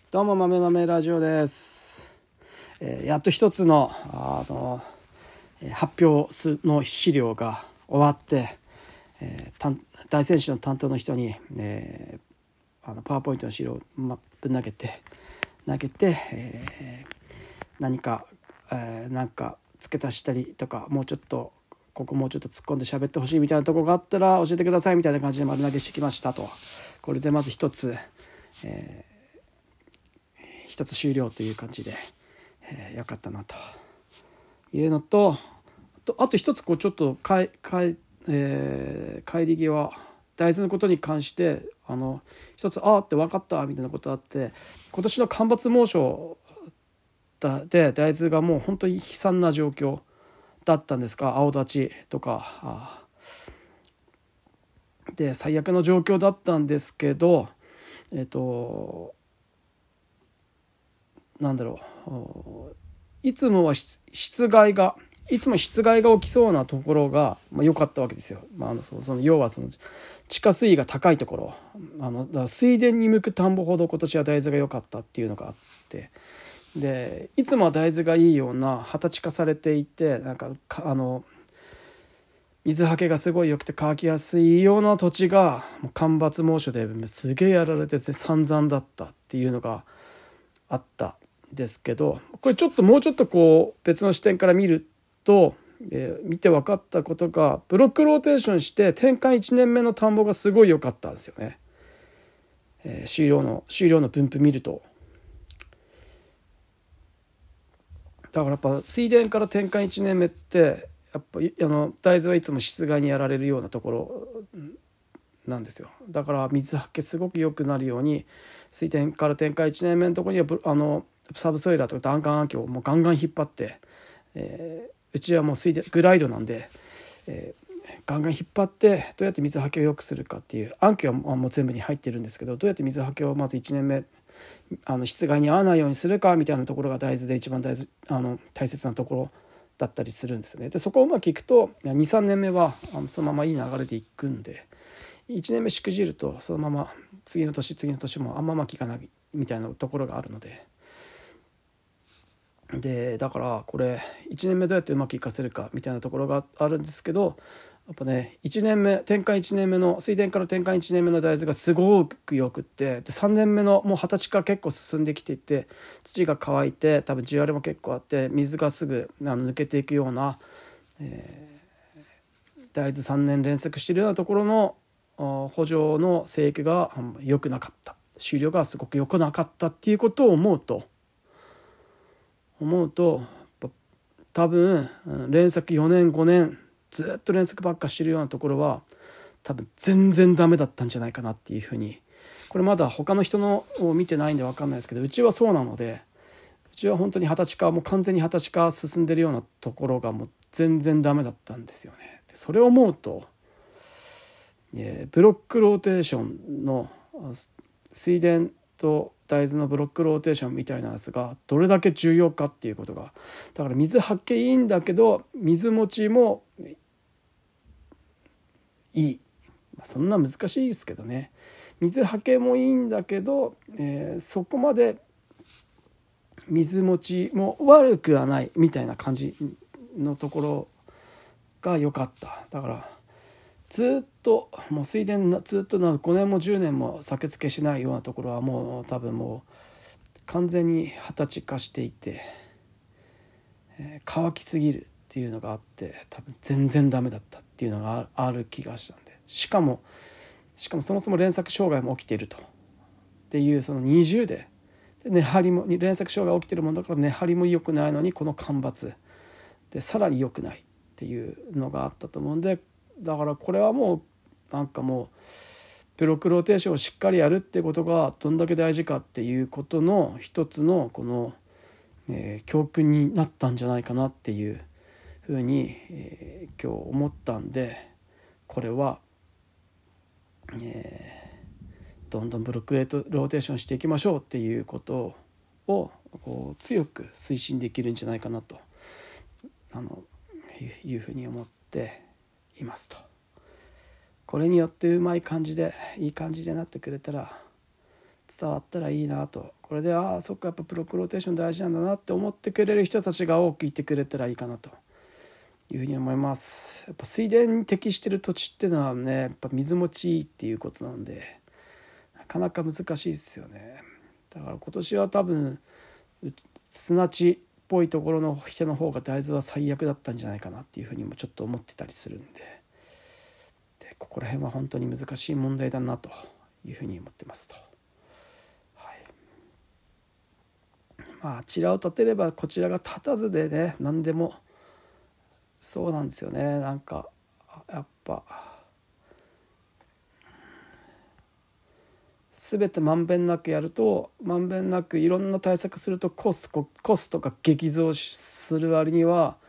どうも豆ラジオです。やっと一つの、発表の資料が終わって、大仙市の担当の人に、パワーポイントの資料をぶん投げて、何か、なんか付け足したりとか、もうちょっとここもうちょっと突っ込んで喋ってほしいみたいなところがあったら教えてくださいみたいな感じで丸投げしてきましたと。これでまず一つ、一つ終了という感じで、よかったなというのと、あと一つちょっと帰り際大豆のことに関して一つって分かったみたいなことあって、今年の干ばつ猛暑で大豆がもう本当に悲惨な状況だったんですが、青立ちとかで最悪の状況だったんですけど、いつも湿害が起きそうなところが良かったわけですよ。要は地下水位が高いところ、だから水田に向く田んぼほど今年は大豆が良かったっていうのがあって、でいつもは大豆がいいような畑地化されていて、水はけがすごい良くて乾きやすいような土地が干ばつ猛暑ですげえやられて散々だったっていうのがあったんですけど、これもうちょっと別の視点から見ると、見て分かったことが、ブロックローテーションして転換1年目の田んぼがすごい良かったんですよね。収量の分布見ると、だからやっぱ水田から転換1年目ってやっぱ大豆はいつも湿害にやられるようなところなんですよ。だから水はけすごく良くなるように、水田から転換1年目のところにはサブソイラーとか弾丸暗渠をもうガンガン引っ張って、うちはもうグライドなんで、ガンガン引っ張ってどうやって水はけを良くするかっていう暗渠はもう全部に入ってるんですけど、どうやって水はけをまず1年目湿害に合わないようにするかみたいなところが大豆で一番大切なところだったりするんですよね。でそこをうまくいくと 2,3 年目はそのままいい流れでいくんで、1年目しくじるとそのまま次の年もあんま効かないみたいなところがあるので、だからこれ1年目どうやってうまくいかせるかみたいなところがあるんですけど、やっぱね転換1年目の水田から転換1年目の大豆がすごくよくって、で3年目のもう畑地化結構進んできていて、土が乾いて多分地割れも結構あって水がすぐ抜けていくような、大豆3年連作しているようなところの補助の生育が良くなかった、収量がすごく良くなかったっていうことを思うと多分連作4年5年ずっと連作ばっかしてるようなところは多分全然ダメだったんじゃないかなっていうふうに、これまだ他の人のを見てないんで分かんないですけど、うちはそうなので、うちは本当に畑地化もう完全に畑地化進んでるようなところがもう全然ダメだったんですよね。でそれを思うと、ブロックローテーションの水田と大豆のブロックローテーションみたいなやつがどれだけ重要かっていうことが、だから水はけいいんだけど水持ちもいい、そんな難しいですけどね、水はけもいいんだけど、そこまで水持ちも悪くはないみたいな感じのところが良かった。だからずっともう水田ずっと5年も10年も酒付けしないようなところはもう多分もう完全に畑地化していて、乾きすぎるっていうのがあって多分全然ダメだったっていうのがある気がしたんで、しかもそもそも連作障害も起きているとっていうその二重で根張りも連作障害起きてるもんだから根張りも良くないのにこの干ばつでさらに良くないっていうのがあったと思うんで、だからこれはもうブロックローテーションをしっかりやるってことがどんだけ大事かっていうことの一つのこの、教訓になったんじゃないかなっていうふうに、今日思ったんで、これは、どんどんブロックローテーションしていきましょうっていうことを強く推進できるんじゃないかなというふうに思っていますと。これによってうまい感じでいい感じでなってくれたら伝わったらいいなと。これでそっかやっぱブロックローテーション大事なんだなって思ってくれる人たちが多くいてくれたらいいかなというふうに思います。やっぱ水田に適してる土地っていうのはねやっぱ水持ちいいっていうことなんでなかなか難しいですよね。だから今年は多分砂地っぽいところの人の方が大豆は最悪だったんじゃないかなっていうふうにもちょっと思ってたりするんで、ここら辺は本当に難しい問題だなというふうに思ってますと。あちらを立てればこちらが立たずでね何でもそうなんですよね。なんかやっぱ全てまんべんなくやるとまんべんなくいろんな対策するとコストが激増する割には、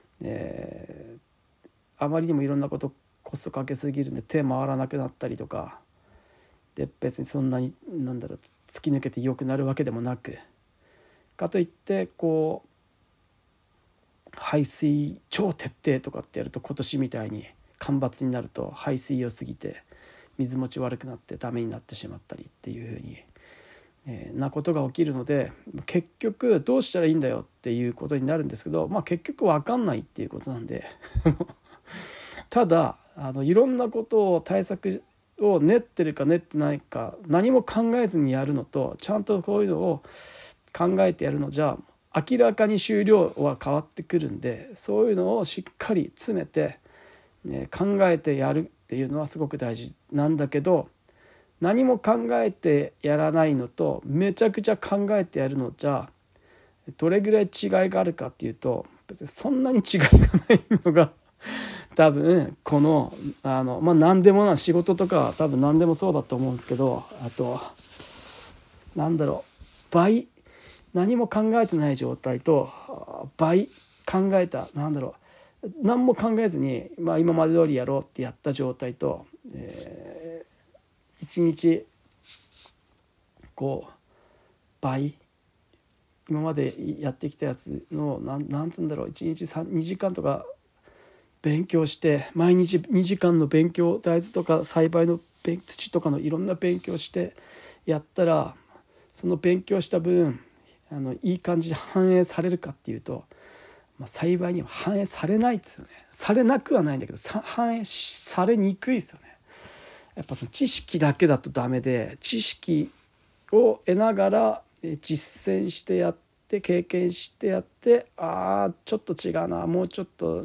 あまりにもいろんなことコストかけすぎるんで手回らなくなったりとかで別にそんなに突き抜けて良くなるわけでもなくかといってこう排水超徹底とかってやると今年みたいに干ばつになると排水良すぎて水持ち悪くなってダメになってしまったりっていう風に、なことが起きるので結局どうしたらいいんだよっていうことになるんですけど、結局分かんないっていうことなんでただいろんなことを対策を練ってるか練ってないか何も考えずにやるのとちゃんとこういうのを考えてやるのじゃ明らかに終了は変わってくるんでそういうのをしっかり詰めて、考えてやるっていうのはすごく大事なんだけど何も考えてやらないのとめちゃくちゃ考えてやるのじゃどれぐらい違いがあるかっていうと別にそんなに違いがないのが多分この何でも仕事とか多分何でもそうだと思うんですけどあと倍何も考えてない状態と倍考えた何も考えずに、今まで通りやろうってやった状態と、1日こう倍今までやってきたやつの1日2時間とか勉強して毎日2時間の勉強大豆とか栽培の土とかのいろんな勉強してやったらその勉強した分いい感じで反映されるかっていうと、栽培には反映されないですよね。されなくはないんだけど反映されにくいですよね。やっぱその知識だけだとダメで知識を得ながら実践してやって経験してやってちょっと違うなもうちょっと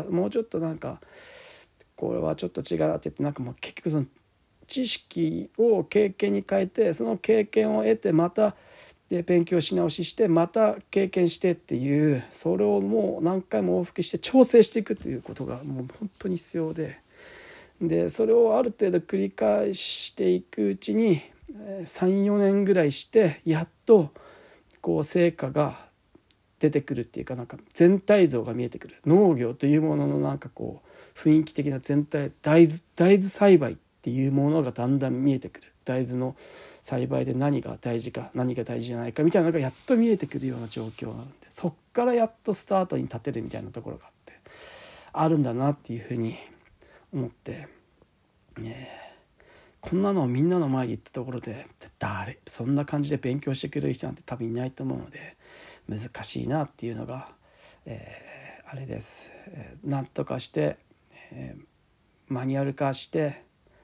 これはちょっと違うなって言ってもう結局その知識を経験に変えてその経験を得てまた勉強し直ししてまた経験してっていうそれをもう何回も往復して調整していくっていうことがもう本当に必要でそれをある程度繰り返していくうちに 3,4 年ぐらいしてやっとこう成果が出てくるっていうか全体像が見えてくる。農業というものの雰囲気的な全体大豆栽培っていうものがだんだん見えてくる。大豆の栽培で何が大事か何が大事じゃないかみたいなのがやっと見えてくるような状況なのでそっからやっとスタートに立てるみたいなところがあるんだなっていうふうに思って、こんなのをみんなの前で言ったところでそんな感じで勉強してくれる人なんて多分いないと思うので難しいなっていうのが、あれです。なんとかして、マニュアル化して、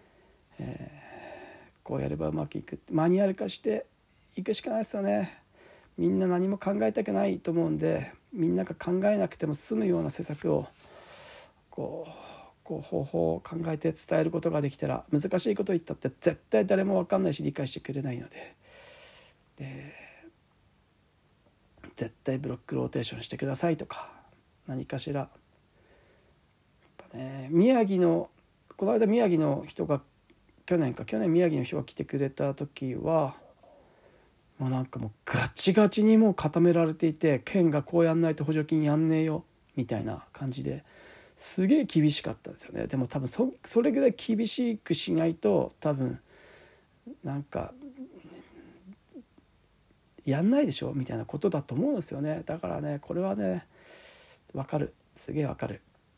こうやればうまくいくマニュアル化していくしかないですよね。みんな何も考えたくないと思うんでみんなが考えなくても済むような施策をこう方法を考えて伝えることができたら難しいことを言ったって絶対誰も分かんないし理解してくれないので、絶対ブロックローテーションしてくださいとか何かしらやっぱねこの間宮城の人が去年宮城の人が来てくれた時はもうもうガチガチにもう固められていて県がこうやんないと補助金やんねえよみたいな感じですげえ厳しかったんですよね。でも多分それぐらい厳しくしないと多分やんないでしょみたいなことだと思うんですよね。だからねこれはね分かるすげえ分かる。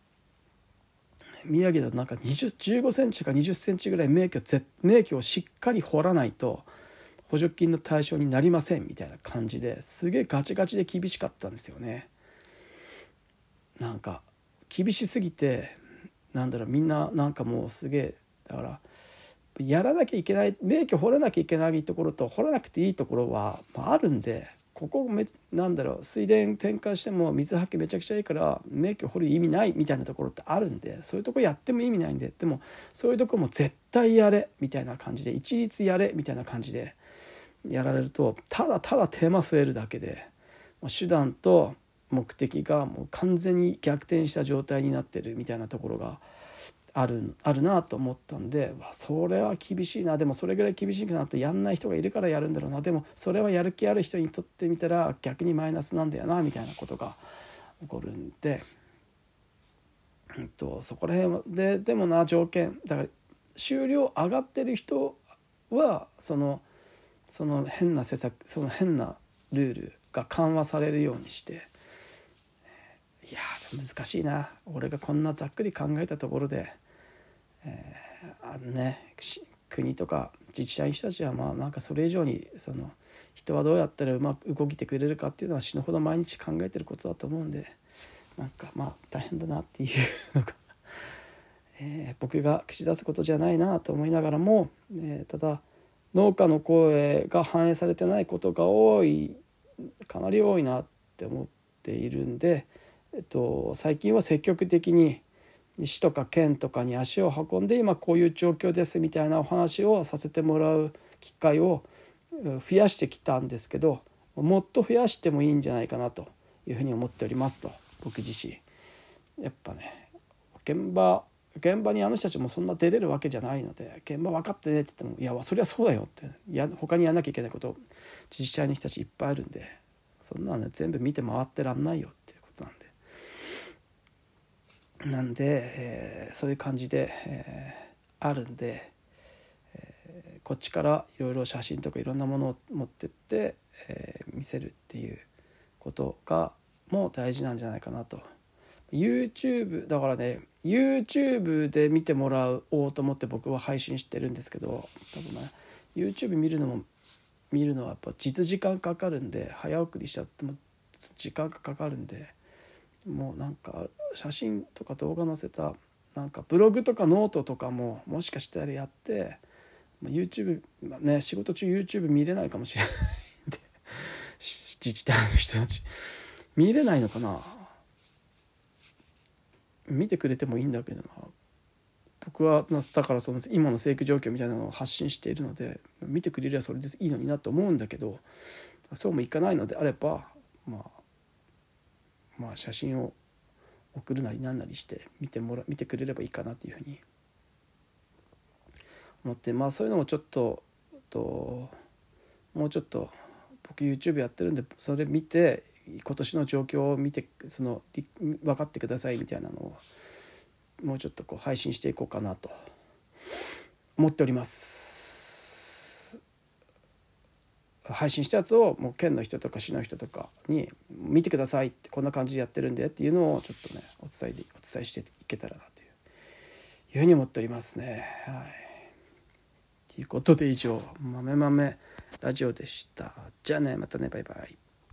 宮城だと15センチか20センチぐらい名器をしっかり掘らないと補助金の対象になりませんみたいな感じですげえガチガチで厳しかったんですよね。なんか厳しすぎてみんななんかもうすげえだからやらなきゃいけない免許掘らなきゃいけないところと掘らなくていいところはあるんで、ここ水田転換しても水はけめちゃくちゃいいから免許掘る意味ないみたいなところってあるんで、そういうとこやっても意味ないんで、でもそういうとこも絶対やれみたいな感じで一律やれみたいな感じでやられるとただただ手間増えるだけで手段と目的がもう完全に逆転した状態になってるみたいなところがあるなと思ったんで、それは厳しいな。でもそれぐらい厳しくなってやんない人がいるからやるんだろうな。でもそれはやる気ある人にとってみたら逆にマイナスなんだよなみたいなことが起こるんで、そこら辺ででも条件だから収量上がってる人はその変な施策その変なルールが緩和されるようにして、いや難しいな。俺がこんなざっくり考えたところで、国とか自治体の人たちはなんかそれ以上に人はどうやったらうまく動いてくれるかっていうのは死ぬほど毎日考えてることだと思うんで、なんか大変だなっていうのが、僕が口出すことじゃないなと思いながらも、ただ農家の声が反映されてないことがかなり多いなって思っているんで、最近は積極的に市とか県とかに足を運んで今こういう状況ですみたいなお話をさせてもらう機会を増やしてきたんですけど、もっと増やしてもいいんじゃないかなというふうに思っておりますと。僕自身やっぱね現場にあの人たちもそんな出れるわけじゃないので、現場分かってねって言ってもいやそりゃそうだよって他にやんなきゃいけないこと自治体の人たちいっぱいあるんで、そんなのね全部見て回ってらんないよっていうことなんでそういう感じで、あるんで、こっちからいろいろ写真とかいろんなものを持ってって、見せるっていうことがもう大事なんじゃないかなと。YouTube だからね YouTube で見てもらおうと思って僕は配信してるんですけど、多分ね YouTube 見るのはやっぱ実時間かかるんで、早送りしちゃっても時間がかかるんで、もうなんか写真とか動画載せたなんかブログとかノートとかももしかしたらやって YouTube ね、仕事中 YouTube 見れないかもしれないんで自治体の人たち見れないのかな。見てくれてもいいんだけどな。僕はだから今の生育状況みたいなのを発信しているので、見てくれればそれでいいのになと思うんだけど、そうもいかないのであれば写真を送るなりなんなりして見てくれればいいかなというふうに思って、そういうのもちょっともうちょっと僕 YouTube やってるんでそれ見て今年の状況を見て分かってくださいみたいなのをもうちょっと配信していこうかなと思っております。配信したやつをもう県の人とか市の人とかに見てくださいってこんな感じでやってるんでっていうのをちょっとねお伝えしていけたらなというふうに思っておりますね。はい。ということで以上豆ラジオでした。じゃあねまたねバイバイ。